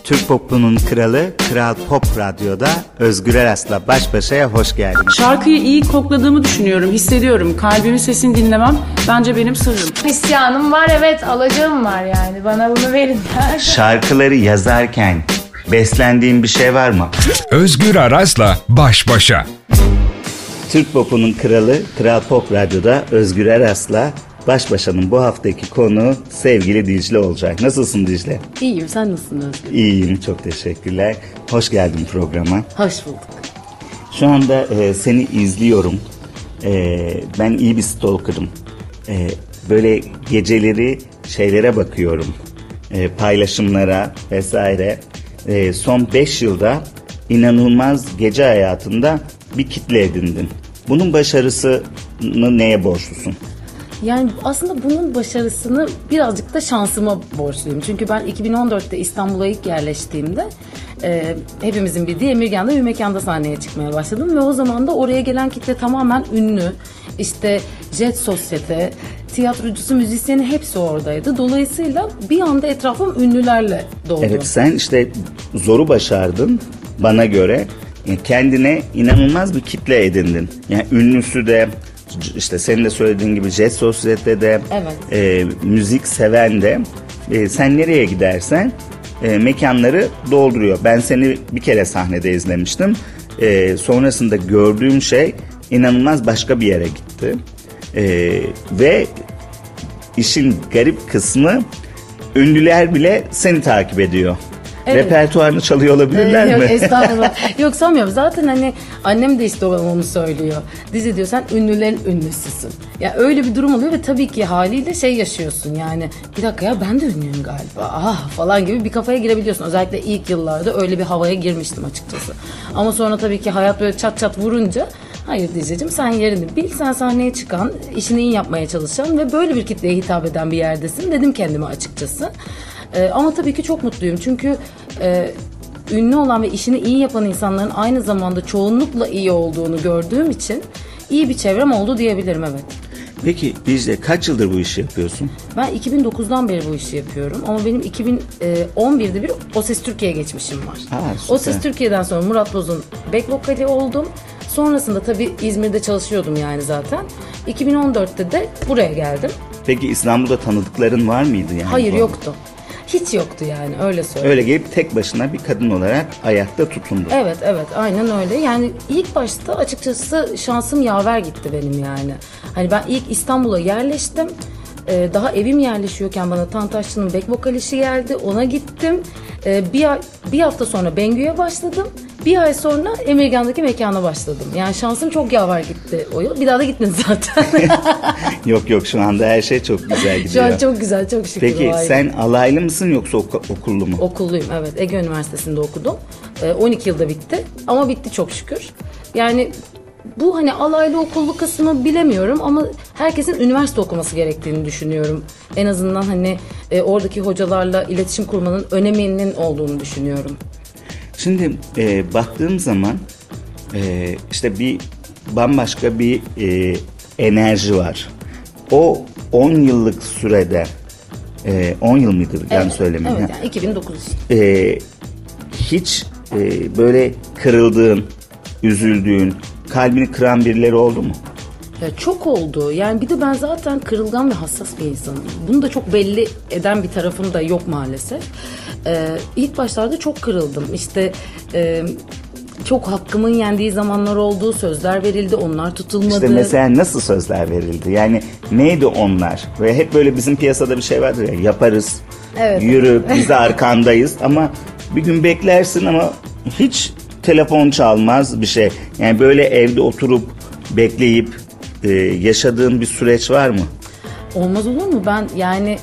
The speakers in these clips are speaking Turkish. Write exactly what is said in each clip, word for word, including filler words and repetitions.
Türk popunun kralı Kral Pop Radyo'da Özgür Eras'la baş başaya hoş geldiniz. Şarkıyı iyi kokladığımı düşünüyorum, hissediyorum. Kalbimin sesini dinlemem bence benim sırrım. İsyanım var, evet, alacağım var yani. Bana bunu verin. Şarkıları yazarken beslendiğin bir şey var mı? Özgür Eras'la baş başa. Türk popunun kralı Kral Pop Radyo'da Özgür Eras'la baş başanın bu haftaki konu sevgili Dicle olacak. Nasılsın Dicle? İyiyim, sen nasılsın Özgür? İyiyim, çok teşekkürler. Hoş geldin programa. Hoş bulduk. Şu anda e, seni izliyorum. E, ben iyi bir stalker'ım. E, böyle geceleri şeylere bakıyorum. E, paylaşımlara vesaire. E, son beş yılda inanılmaz gece hayatında bir kitle edindin. Bunun başarısını neye borçlusun? Yani aslında bunun başarısını birazcık da şansıma borçluyum. Çünkü ben iki bin on dörtte İstanbul'a ilk yerleştiğimde e, hepimizin bildiği Emirgan'da bir mekanda sahneye çıkmaya başladım. Ve o zaman da oraya gelen kitle tamamen ünlü. İşte Jet Sosyete, tiyatrocusu, müzisyeni hepsi oradaydı. Dolayısıyla bir anda etrafım ünlülerle doldu. Evet, sen işte zoru başardın bana göre. Yani kendine inanılmaz bir kitle edindin. Yani ünlüsü de, İşte senin de söylediğin gibi Jet Sosyete'de, evet. e, müzik seven de e, sen nereye gidersen e, mekanları dolduruyor. Ben seni bir kere sahnede izlemiştim. E, sonrasında gördüğüm şey inanılmaz başka bir yere gitti. E, ve işin garip kısmı ünlüler bile seni takip ediyor. Evet. Repertuarını çalıyor olabilirler ee, mi? Yok estağfurullah. Yok sanmıyorum. Zaten hani annem de işte onu söylüyor. Dizi diyor sen ünlülerin ünlüsüsün. Ya öyle bir durum oluyor ve tabii ki haliyle şey yaşıyorsun yani. Bir dakika ya ben de ünlüyüm galiba. Ah falan gibi bir kafaya girebiliyorsun. Özellikle ilk yıllarda öyle bir havaya girmiştim açıkçası. Ama sonra tabii ki hayat böyle çat çat vurunca hayır diyeceğim sen yerini bil, sen sahneye çıkan, işini iyi yapmaya çalışan ve böyle bir kitleye hitap eden bir yerdesin dedim kendime açıkçası. Ee, ama tabii ki çok mutluyum çünkü e, ünlü olan ve işini iyi yapan insanların aynı zamanda çoğunlukla iyi olduğunu gördüğüm için iyi bir çevrem oldu diyebilirim, evet. Peki Dicle, kaç yıldır bu işi yapıyorsun? Ben iki bin dokuzdan beri bu işi yapıyorum ama benim iki bin on birde bir O Ses Türkiye geçmişim var. Ha, O Ses Türkiye'den sonra Murat Boz'un back vokali oldum. Sonrasında tabii İzmir'de çalışıyordum yani zaten. iki bin on dörtte de buraya geldim. Peki İstanbul'da tanıdıkların var mıydı yani? Hayır, yoktu. Hiç yoktu yani, öyle söyleyeyim. Öyle gelip tek başına bir kadın olarak ayakta tutundu. Evet evet aynen öyle. Yani ilk başta açıkçası şansım yaver gitti benim yani. Hani ben ilk İstanbul'a yerleştim. Ee, daha evim yerleşiyorken bana Tantaşçı'nın back vokal işi geldi. Ona gittim. Ee, bir, ay, bir hafta sonra Bengü'ye başladım. Bir ay sonra Emirgan'daki mekana başladım. Yani şansım çok yaver gitti o yıl. Bir daha da gitmedim zaten. Yok yok, şu anda her şey çok güzel gidiyor. Şu an çok güzel, çok şükür. Peki sen alaylı mısın yoksa ok- okullu mu? Okulluyum, evet. Ege Üniversitesi'nde okudum. Ee, on iki yılda bitti ama bitti çok şükür. Yani bu hani alaylı okullu kısmı bilemiyorum ama herkesin üniversite okuması gerektiğini düşünüyorum. En azından hani e, oradaki hocalarla iletişim kurmanın öneminin olduğunu düşünüyorum. Şimdi e, baktığım zaman e, işte bir bambaşka bir e, enerji var. O on yıllık sürede e, on yıl mıydı? Evet, yani söylemeyeyim. Evet, yani iki bin dokuz. E, hiç e, böyle kırıldığın, üzüldüğün, kalbini kıran birileri oldu mu? Ya çok oldu. Yani bir de ben zaten kırılgan ve hassas bir insanım. Bunu da çok belli eden bir tarafım da yok maalesef. Ee, ilk başlarda çok kırıldım. İşte e, çok hakkımın yendiği zamanlar oldu. Sözler verildi, onlar tutulmadı. İşte mesela nasıl sözler verildi? Yani neydi onlar? Ve hep böyle bizim piyasada bir şey vardır ya, yaparız, evet. Yürü, biz de arkandayız ama bir gün beklersin ama hiç telefon çalmaz bir şey. Yani böyle evde oturup bekleyip e, yaşadığın bir süreç var mı? Olmaz olur mu? Ben yani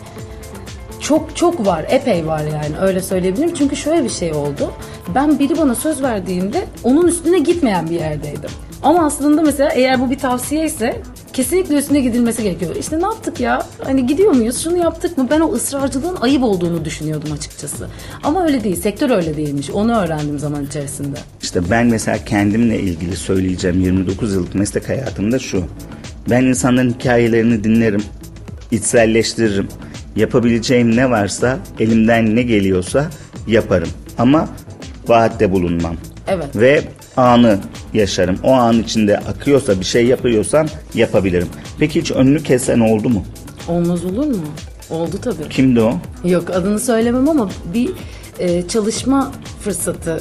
çok çok var, epey var yani, öyle söyleyebilirim. Çünkü şöyle bir şey oldu. Ben biri bana söz verdiğinde onun üstüne gitmeyen bir yerdeydim. Ama aslında mesela eğer bu bir tavsiye ise kesinlikle üstüne gidilmesi gerekiyor. İşte ne yaptık ya? Hani gidiyor muyuz? Şunu yaptık mı? Ben o ısrarcılığın ayıp olduğunu düşünüyordum açıkçası. Ama öyle değil. Sektör öyle değilmiş. Onu öğrendim zaman içerisinde. İşte ben mesela kendimle ilgili söyleyeceğim yirmi dokuz yıllık meslek hayatımda şu. Ben insanların hikayelerini dinlerim, içselleştiririm. Yapabileceğim ne varsa, elimden ne geliyorsa yaparım. ama vaatte bulunmam. Evet. Ve anı yaşarım. O an içinde akıyorsa, bir şey yapıyorsam yapabilirim. Peki hiç önünü kesen oldu mu? Olmaz olur mu? Oldu tabii. Kimdi o? Yok, adını söylemem ama bir e, çalışma fırsatı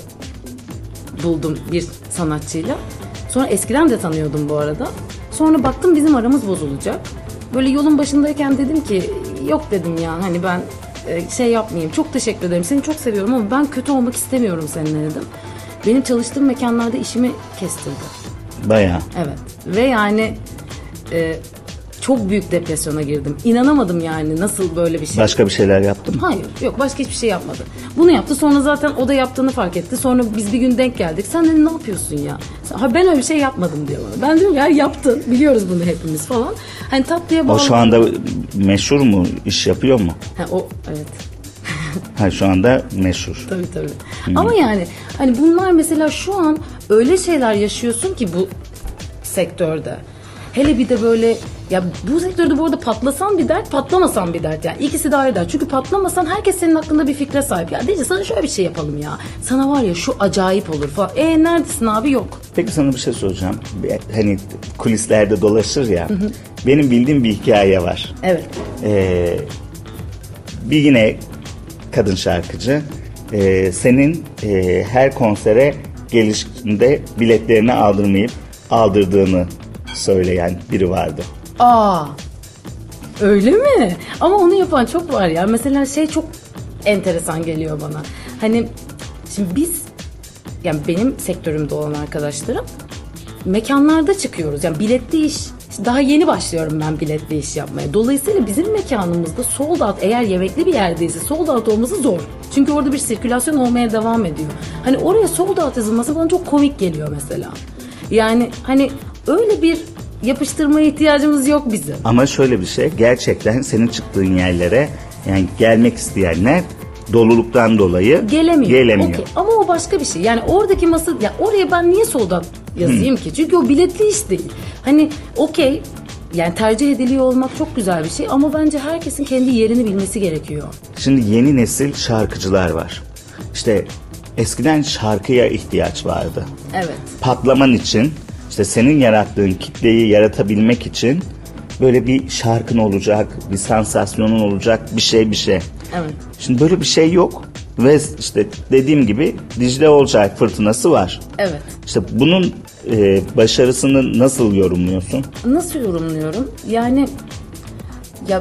buldum bir sanatçıyla. Sonra eskiden de tanıyordum bu arada. Sonra baktım bizim aramız bozulacak. Böyle yolun başındayken dedim ki yok dedim ya hani ben e, şey yapmayayım. Çok teşekkür ederim. Seni çok seviyorum ama ben kötü olmak istemiyorum seninle dedim. Benim çalıştığım mekanlarda işimi kestirdi. Bayağı. Evet. Ve yani e, çok büyük depresyona girdim. İnanamadım yani nasıl böyle bir şey. Başka bir şeyler yaptın mı? Hayır, yok başka hiçbir şey yapmadı. Bunu yaptı, sonra zaten o da yaptığını fark etti. Sonra biz bir gün denk geldik. Sen dedi ne yapıyorsun ya? Ha ben öyle bir şey yapmadım diyor bana. Ben diyorum ya yaptın. Biliyoruz bunu hepimiz falan. Hani tatlıya bağlı. O şu anda meşhur mu? İş yapıyor mu? Ha, o evet. Ha, şu anda meşhur. Tabii tabii. Hmm. Ama yani hani bunlar mesela şu an öyle şeyler yaşıyorsun ki bu sektörde. Hele bir de böyle ya bu sektörde bu arada patlasan bir dert, patlamasan bir dert yani. İkisi de ayrı dert. Çünkü patlamasan herkes senin hakkında bir fikre sahip. Ya diyece sana şöyle bir şey yapalım ya. Sana var ya şu acayip olur falan. E neredesin abi? Yok. Peki sana bir şey soracağım. Hani kulislerde dolaşır ya. Hı hı. Benim bildiğim bir hikaye var. Evet. Ee, bir yine kadın şarkıcı. Ee, senin e, her konsere gelişinde biletlerini aldırmayıp aldırdığını söyleyen biri vardı. Aa, öyle mi? Ama onu yapan çok var ya. Mesela şey çok enteresan geliyor bana. Hani şimdi biz, yani benim sektörümde olan arkadaşlarım mekanlarda çıkıyoruz. Yani biletli iş, daha yeni başlıyorum ben biletli iş yapmaya. Dolayısıyla bizim mekanımızda sold out, eğer yemekli bir yerdeyse sold out olması zor. Çünkü orada bir sirkülasyon olmaya devam ediyor. Hani oraya sold out yazılması bana çok komik geliyor mesela. Yani hani öyle bir yapıştırmaya ihtiyacımız yok bizim. Ama şöyle bir şey, gerçekten senin çıktığın yerlere yani gelmek isteyenler doluluktan dolayı gelemiyor. gelemiyor. Okay. Ama o başka bir şey. Yani oradaki masa, ya oraya ben niye sold out yazayım hmm. ki? Çünkü o biletli iş değil. Hani okey, yani tercih ediliyor olmak çok güzel bir şey ama bence herkesin kendi yerini bilmesi gerekiyor. Şimdi yeni nesil şarkıcılar var. İşte eskiden şarkıya ihtiyaç vardı. Evet. Patlaman için, işte senin yarattığın kitleyi yaratabilmek için böyle bir şarkın olacak, bir sansasyonun olacak, bir şey bir şey. Evet. Şimdi böyle bir şey yok ve işte dediğim gibi Dicle Olcay fırtınası var. Evet. İşte bunun e, başarısını nasıl yorumluyorsun? Nasıl yorumluyorum? Yani ya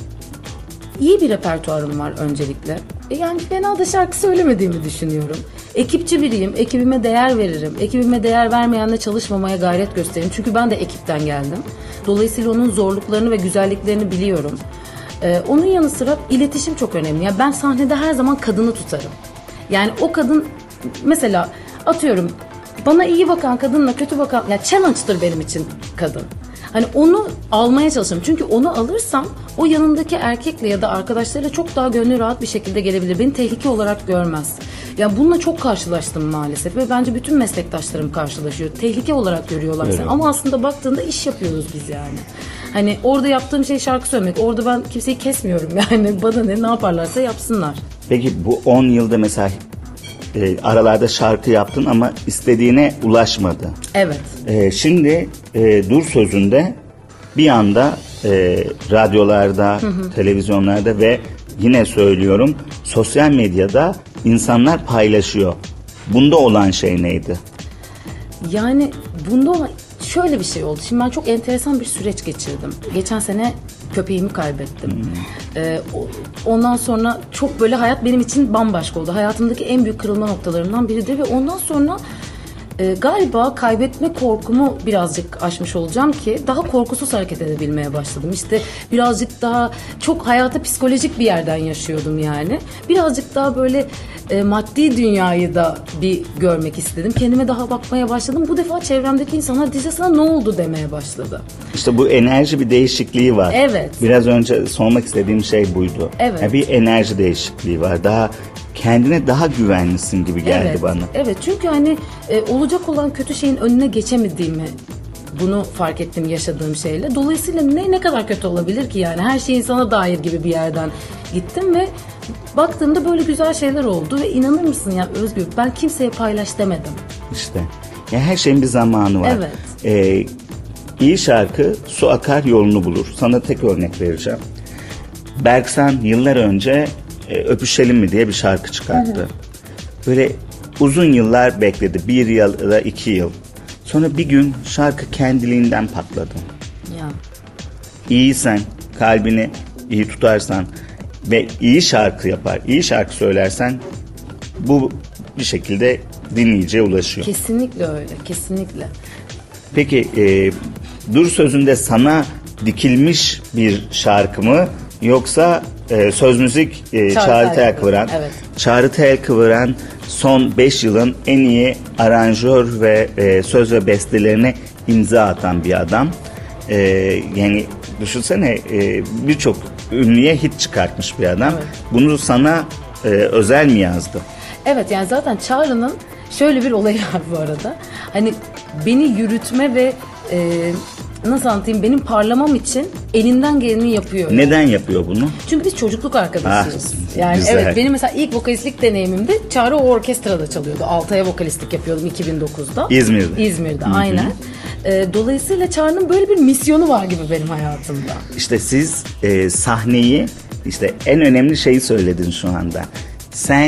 iyi bir repertuarım var öncelikle. E yani fena da şarkı söylemediğimi düşünüyorum. Ekipçi biriyim, ekibime değer veririm. Ekibime değer vermeyenle çalışmamaya gayret gösteririm. Çünkü ben de ekipten geldim. Dolayısıyla onun zorluklarını ve güzelliklerini biliyorum. Ee, onun yanı sıra iletişim çok önemli. Yani ben sahnede her zaman kadını tutarım. Yani o kadın mesela atıyorum bana iyi bakan kadınla kötü bakan, yani challenge'dır benim için kadın. Hani onu almaya çalışırım. Çünkü onu alırsam o yanındaki erkekle ya da arkadaşlarıyla çok daha gönlü rahat bir şekilde gelebilir. Beni tehlike olarak görmez. Yani bununla çok karşılaştım maalesef ve bence bütün meslektaşlarım karşılaşıyor. Tehlike olarak görüyorlar seni. Ama aslında baktığında iş yapıyoruz biz yani. Hani orada yaptığım şey şarkı söylemek. Orada ben kimseyi kesmiyorum yani. Bana ne, ne yaparlarsa yapsınlar. Peki bu on yılda mesela e, aralarda şarkı yaptın ama istediğine ulaşmadı. Evet. E, şimdi e, Dur Sözü'nde bir anda e, radyolarda, hı hı. televizyonlarda ve yine söylüyorum sosyal medyada insanlar paylaşıyor. Bunda olan şey neydi? Yani bunda olan şöyle bir şey oldu. Şimdi ben çok enteresan bir süreç geçirdim. Geçen sene köpeğimi kaybettim. Hmm. Ee, ondan sonra çok böyle hayat benim için bambaşka oldu. Hayatımdaki en büyük kırılma noktalarından biridir ve ondan sonra e, galiba kaybetme korkumu birazcık aşmış olacağım ki daha korkusuz hareket edebilmeye başladım. İşte birazcık daha çok hayata psikolojik bir yerden yaşıyordum yani. Birazcık daha böyle e, maddi dünyayı da bir görmek istedim. Kendime daha bakmaya başladım. Bu defa çevremdeki insanlar Dicle sana ne oldu demeye başladı. İşte bu enerji bir değişikliği var. Evet. Biraz önce sormak istediğim şey buydu. Evet. Yani bir enerji değişikliği var. Daha kendine daha güvenlisin gibi geldi evet, bana. Evet, çünkü hani e, olacak olan kötü şeyin önüne geçemediğimi bunu fark ettim yaşadığım şeyle. Dolayısıyla ne ne kadar kötü olabilir ki yani her şey insana dair gibi bir yerden gittim ve baktığımda böyle güzel şeyler oldu ve inanır mısın ya Özgür, ben kimseye paylaş demedim. İşte. Ya her şeyin bir zamanı var. Evet. Ee, iyi şarkı su akar yolunu bulur. Sana tek örnek vereceğim. Berksan yıllar önce e, Öpüşelim mi diye bir şarkı çıkarttı. Hı hı. Böyle uzun yıllar bekledi. Bir yıl ya da iki yıl. Sonra bir gün şarkı kendiliğinden patladı. Ya. İyiysen, kalbini iyi tutarsan ve iyi şarkı yapar, iyi şarkı söylersen bu bir şekilde dinleyiciye ulaşıyor. Kesinlikle öyle, kesinlikle. Peki e, Dur Sözü'nde sana dikilmiş bir şarkı mı yoksa e, söz müzik e, Çağrı Çağrı Telkıvıran? Telkıvıran? Evet. Çağrı Telkıvıran son beş yılın en iyi aranjör ve e, söz ve bestelerine imza atan bir adam. E, yani düşünsene e, birçok ünlüye hit çıkartmış bir adam. Evet. Bunu sana e, özel mi yazdı? Evet, yani zaten Çağrı'nın şöyle bir olayı var bu arada. Hani beni yürütme ve e, nasıl anlatayım, benim parlamam için elinden geleni yapıyor. Neden yapıyor bunu? Çünkü biz çocukluk arkadaşıyız. Ah, yani güzel. evet, benim mesela ilk vokalistlik deneyimimde Çağrı o orkestrada çalıyordu. Altay'a vokalistlik yapıyordum iki bin dokuzda. İzmir'de. İzmir'de, aynen. E, dolayısıyla Çağrı'nın böyle bir misyonu var gibi benim hayatımda. İşte siz e, sahneyi, işte en önemli şeyi söyledin şu anda. Sen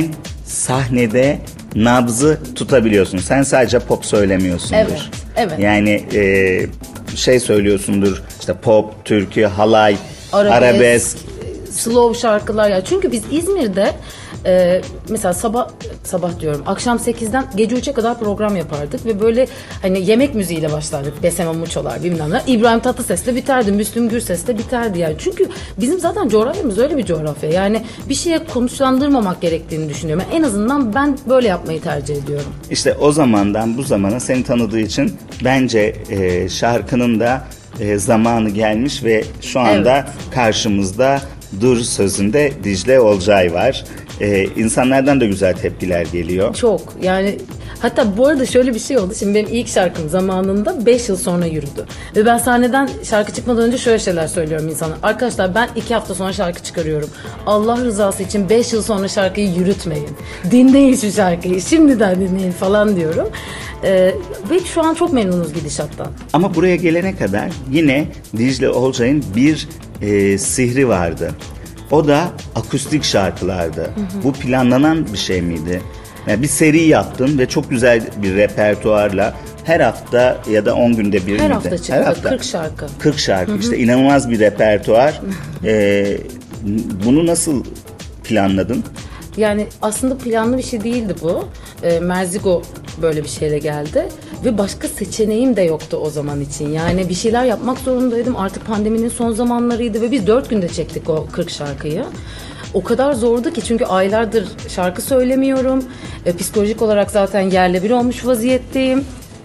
sahnede nabzı tutabiliyorsun. Sen sadece pop söylemiyorsundur. Evet, evet. Yani e, şey söylüyorsundur, işte pop, türkü, halay, Arabesk, arabesk. slow şarkılar ya. Çünkü biz İzmir'de e, mesela sabah sabah diyorum akşam sekizden gece üçe kadar program yapardık ve böyle hani yemek müziğiyle başlardık. Beseme Muçolar bilmem ne. İbrahim Tatlıses'le biterdi. Müslüm Gürses'le biterdi yani. Çünkü bizim zaten coğrafyamız öyle bir coğrafya. Yani bir şeye konuşlandırmamak gerektiğini düşünüyorum. Yani en azından ben böyle yapmayı tercih ediyorum. İşte o zamandan bu zamana seni tanıdığı için bence e, şarkının da e, zamanı gelmiş ve şu anda Evet. karşımızda Dur Sözü'nde Dicle Olcay var. E, insanlardan da güzel tepkiler geliyor. Çok yani, hatta bu arada şöyle bir şey oldu. Şimdi benim ilk şarkım zamanında beş yıl sonra yürüdü. Ve ben sahneden şarkı çıkmadan önce şöyle şeyler söylüyorum insanlara. Arkadaşlar ben iki hafta sonra şarkı çıkarıyorum. Allah rızası için beş yıl sonra şarkıyı yürütmeyin. Dinleyin şu şarkıyı. Şimdiden dinleyin falan diyorum. Ee, ve şu an çok memnunuz gidişattan. Ama buraya gelene kadar yine Dicle Olcay'ın bir e, sihri vardı. O da akustik şarkılardı. Hı hı. Bu planlanan bir şey miydi? Yani bir seri yaptın ve çok güzel bir repertuarla her hafta ya da on günde bir Her miydi? hafta çıktı. kırk şarkı. kırk şarkı. Hı hı. İşte inanılmaz bir repertuar. ee, bunu nasıl planladın? Yani aslında planlı bir şey değildi bu. E, Merzigo böyle bir şeyle geldi. Ve başka seçeneğim de yoktu o zaman için. Yani bir şeyler yapmak zorundaydım. Artık pandeminin son zamanlarıydı ve biz dört günde çektik o kırk şarkıyı. O kadar zordu ki, çünkü aylardır şarkı söylemiyorum. E, psikolojik olarak zaten yerle bir olmuş vaziyetteyim.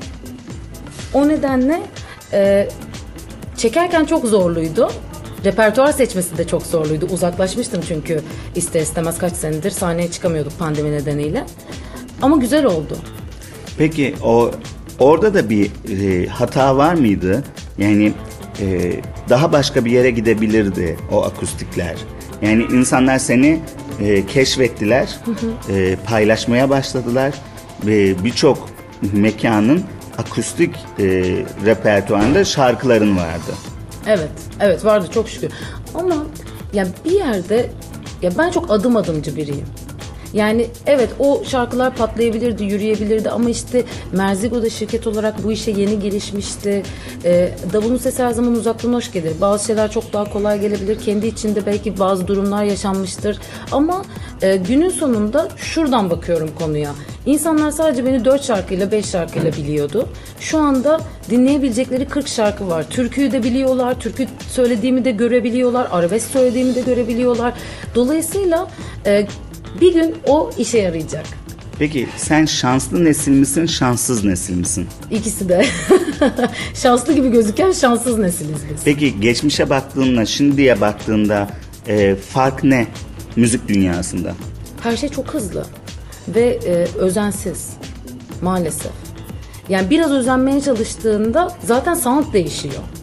O nedenle e, çekerken çok zorluydu. Repertuar seçmesi de çok zorluydu. Uzaklaşmıştım çünkü ister istemez kaç senedir sahneye çıkamıyorduk pandemi nedeniyle. Ama güzel oldu. Peki o orada da bir e, hata var mıydı? Yani e, daha başka bir yere gidebilirdi o akustikler. Yani insanlar seni e, keşfettiler, hı hı. E, paylaşmaya başladılar ve birçok mekanın akustik e, repertuarında şarkıların vardı. Evet, evet vardı çok şükür. Ama ya bir yerde, ya ben çok adım adımcı biriyim. Yani evet, o şarkılar patlayabilirdi, yürüyebilirdi ama işte Merzigo'da şirket olarak bu işe yeni girişmişti. E, davulun sesi her zaman uzaktan hoş gelir. Bazı şeyler çok daha kolay gelebilir. Kendi içinde belki bazı durumlar yaşanmıştır. Ama e, günün sonunda şuradan bakıyorum konuya. İnsanlar sadece beni dört şarkıyla, beş şarkıyla biliyordu. Şu anda dinleyebilecekleri kırk şarkı var. Türküyü de biliyorlar, türkü söylediğimi de görebiliyorlar, arabesk söylediğimi de görebiliyorlar. Dolayısıyla e, bir gün o işe yarayacak. Peki sen şanslı nesil misin, şanssız nesil misin? İkisi de. Şanslı gibi gözüken şanssız nesiliz biz. Peki geçmişe baktığında, şimdiye baktığında e, fark ne müzik dünyasında? Her şey çok hızlı ve e, özensiz maalesef. Yani biraz özenmeye çalıştığında zaten sound değişiyor.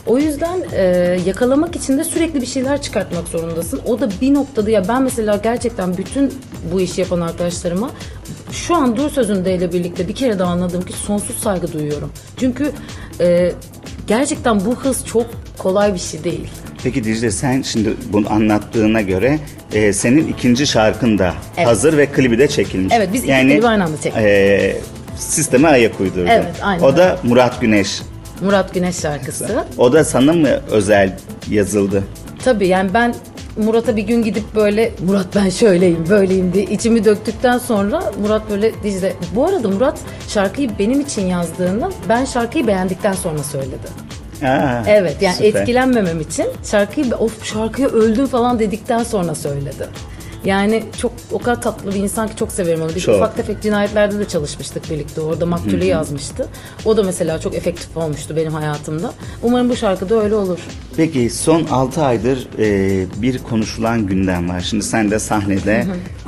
O yüzden e, yakalamak için de sürekli bir şeyler çıkartmak zorundasın. O da bir noktada, ya ben mesela gerçekten bütün bu işi yapan arkadaşlarıma şu an Dur Sözünde ile birlikte bir kere daha anladım ki sonsuz saygı duyuyorum. Çünkü e, gerçekten bu hız çok kolay bir şey değil. Peki Dicle, sen şimdi bunu anlattığına göre e, senin ikinci şarkın da Evet. hazır ve klibi de çekilmiş. Evet, biz iki klibi aynı anda çektik. E, sisteme ayak uydurdun. Evet, aynen O da Murat Güneş. Murat Güneş şarkısı. O da sana mı özel yazıldı? Tabii yani ben Murat'a bir gün gidip böyle Murat ben şöyleyim böyleyim diye içimi döktükten sonra Murat böyle Dicle, bu arada Murat şarkıyı benim için yazdığında ben şarkıyı beğendikten sonra söyledi. Aa, Evet yani süper. etkilenmemem için şarkıyı of şarkıya öldüm falan dedikten sonra söyledi. Yani çok o kadar tatlı bir insan ki çok severim onu. Biz Çok. ufak tefek cinayetlerde de çalışmıştık birlikte. Orada Maktul'ü yazmıştı. O da mesela çok efektif olmuştu benim hayatımda. Umarım bu şarkıda öyle olur. Peki son altı aydır e, bir konuşulan gündem var. Şimdi sen de sahnede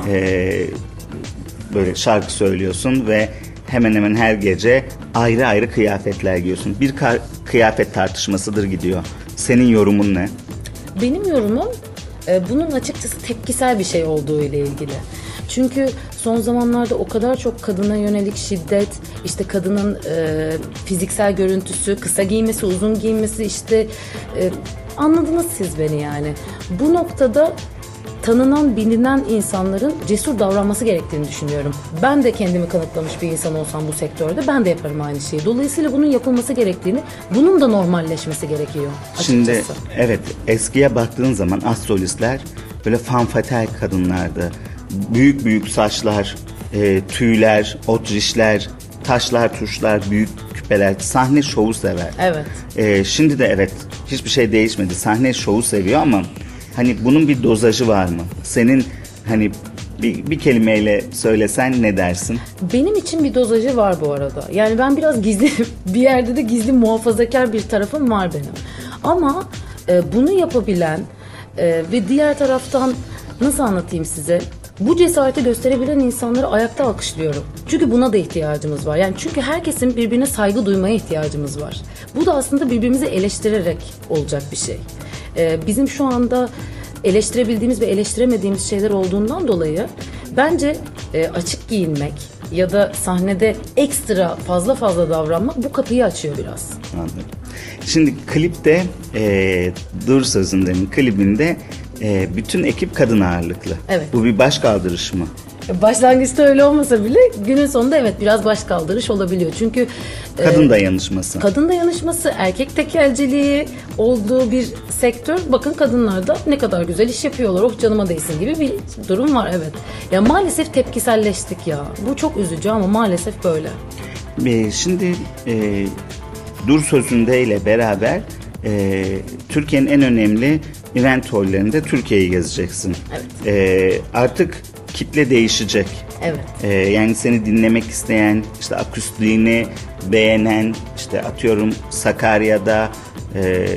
e, böyle şarkı söylüyorsun ve hemen hemen her gece ayrı ayrı kıyafetler giyiyorsun. Bir kar- kıyafet tartışmasıdır gidiyor. Senin yorumun ne? Benim yorumum e, bunun açıkçası tepkisel bir şey olduğu ile ilgili. Çünkü son zamanlarda o kadar çok kadına yönelik şiddet, işte kadının e, fiziksel görüntüsü, kısa giymesi, uzun giymesi, işte e, anladınız siz beni yani. Bu noktada tanınan, bilinen insanların cesur davranması gerektiğini düşünüyorum. Ben de kendimi kanıtlamış bir insan olsam bu sektörde ben de yaparım aynı şeyi. Dolayısıyla bunun yapılması gerektiğini, bunun da normalleşmesi gerekiyor açıkçası. Şimdi evet, eskiye baktığın zaman az solistler böyle fanfatel kadınlardı. Büyük büyük saçlar, e, tüyler, otrişler, taşlar, tuşlar, büyük küpeler, sahne şovu sever. Evet. E, şimdi de evet, hiçbir şey değişmedi. Sahne şovu seviyor ama hani bunun bir dozajı var mı? Senin hani bir, bir kelimeyle söylesen ne dersin? Benim için bir dozajı var bu arada. Yani ben biraz gizli, bir yerde de gizli muhafazakar bir tarafım var benim. Ama e, bunu yapabilen e, ve diğer taraftan nasıl anlatayım size? Bu cesareti gösterebilen insanları ayakta alkışlıyorum. Çünkü buna da ihtiyacımız var. Yani çünkü herkesin birbirine saygı duymaya ihtiyacımız var. Bu da aslında birbirimizi eleştirerek olacak bir şey. Ee, bizim şu anda eleştirebildiğimiz ve eleştiremediğimiz şeyler olduğundan dolayı bence e, açık giyinmek ya da sahnede ekstra fazla fazla davranmak bu kapıyı açıyor biraz. Anladım. Şimdi klipte e, Dur Sözünde'nin klibinde e, bütün ekip kadın ağırlıklı. Evet. Bu bir baş kaldırış mı? Başlangıçta öyle olmasa bile günün sonunda evet biraz baş kaldırış olabiliyor. Çünkü Kadın e, dayanışması. kadın dayanışması, erkek tekelciliği olduğu bir sektör. Bakın kadınlar da ne kadar güzel iş yapıyorlar. Oh canıma değsin gibi bir durum var evet. Ya maalesef tepkiselleştik ya. Bu çok üzücü ama maalesef böyle. E, şimdi e, Dur Sözünde ile beraber e, Türkiye'nin en önemli event halllerinde Türkiye'yi gezeceksin. Evet. E, artık kitle değişecek. Evet. Ee, yani seni dinlemek isteyen, işte akustiğini beğenen, işte atıyorum Sakarya'da, e,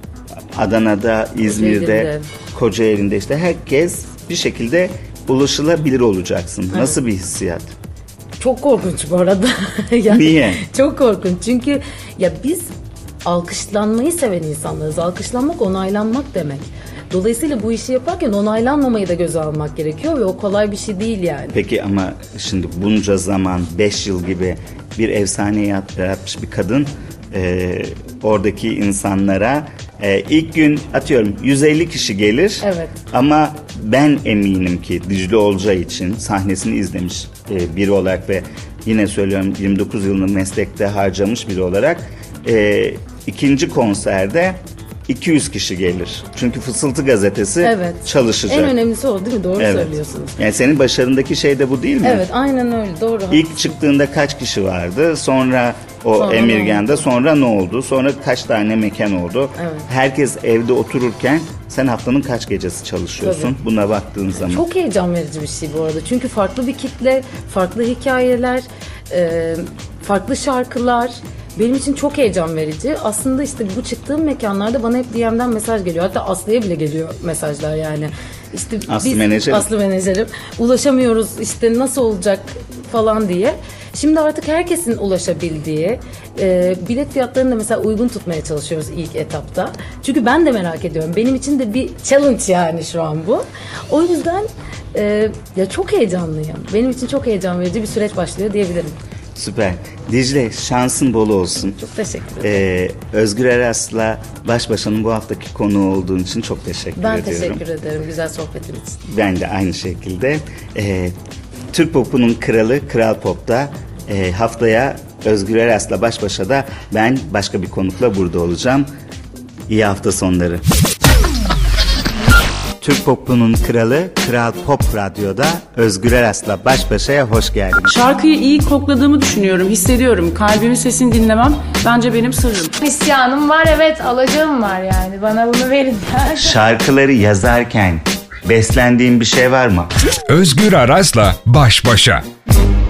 Adana'da, İzmir'de, Kocaeli'nde. Kocaeli'nde işte herkes bir şekilde ulaşılabilir olacaksın. Evet. Nasıl bir hissiyat? Çok korkunç bu arada. Yani Niye? Çok korkunç çünkü ya biz alkışlanmayı seven insanlarız. Alkışlanmak onaylanmak demek. Dolayısıyla bu işi yaparken onaylanmamayı da göze almak gerekiyor ve o kolay bir şey değil yani. Peki ama şimdi bunca zaman, beş yıl gibi bir efsane yaratmış bir kadın e, oradaki insanlara e, ilk gün atıyorum yüz elli kişi gelir. Evet. Ama ben eminim ki Dicle olacağı için sahnesini izlemiş e, biri olarak ve yine söylüyorum yirmi dokuz yılını meslekte harcamış biri olarak e, ikinci konserde iki yüz kişi gelir. Çünkü Fısıltı Gazetesi Evet. çalışacak. En önemlisi o değil mi? Doğru Evet. söylüyorsunuz. Yani senin başarındaki şey de bu değil mi? Evet aynen öyle doğru. İlk çıktığında kaç kişi vardı? Sonra o Sonra ne Emirgan'da oldu? sonra ne oldu? Sonra kaç tane mekan oldu? Evet. Herkes evde otururken sen haftanın kaç gecesi çalışıyorsun? Tabii. Buna baktığın zaman. Çok heyecan verici bir şey bu arada. Çünkü farklı bir kitle, farklı hikayeler, e, farklı şarkılar benim için çok heyecan verici. Aslında işte bu çıktığım mekanlarda bana hep D M'den mesaj geliyor. Hatta Aslı'ya bile geliyor mesajlar yani. işte Aslı biz menajerim. Aslı menajerim ulaşamıyoruz işte nasıl olacak falan diye. Şimdi artık herkesin ulaşabildiği e, bilet fiyatlarını da mesela uygun tutmaya çalışıyoruz ilk etapta. Çünkü ben de merak ediyorum. Benim için de bir challenge yani şu an bu. O yüzden e, ya çok heyecanlıyım. Benim için çok heyecan verici bir süreç başlıyor diyebilirim. Süper. Dicle, şansın bol olsun. Çok teşekkür ederim. Ee, Özgür Eras'la Baş Başa'nın bu haftaki konuğu olduğun için çok teşekkür Ben ediyorum. teşekkür ederim güzel sohbetin için. Ben de aynı şekilde. Ee, Türk popunun kralı Kral Pop'ta e, haftaya Özgür Eras'la Baş Başa'da ben başka bir konukla burada olacağım. İyi hafta sonları. Türk popunun kralı Kral Pop Radyo'da Özgür Eras'la Baş Başa'ya hoş geldiniz. Şarkıyı iyi kokladığımı düşünüyorum, hissediyorum. Kalbimin sesini dinlemem bence benim sırrım. İsyanım var, evet, alacağım var yani. Bana bunu verin. Şarkıları yazarken beslendiğin bir şey var mı? Özgür Aras'la Baş Başa.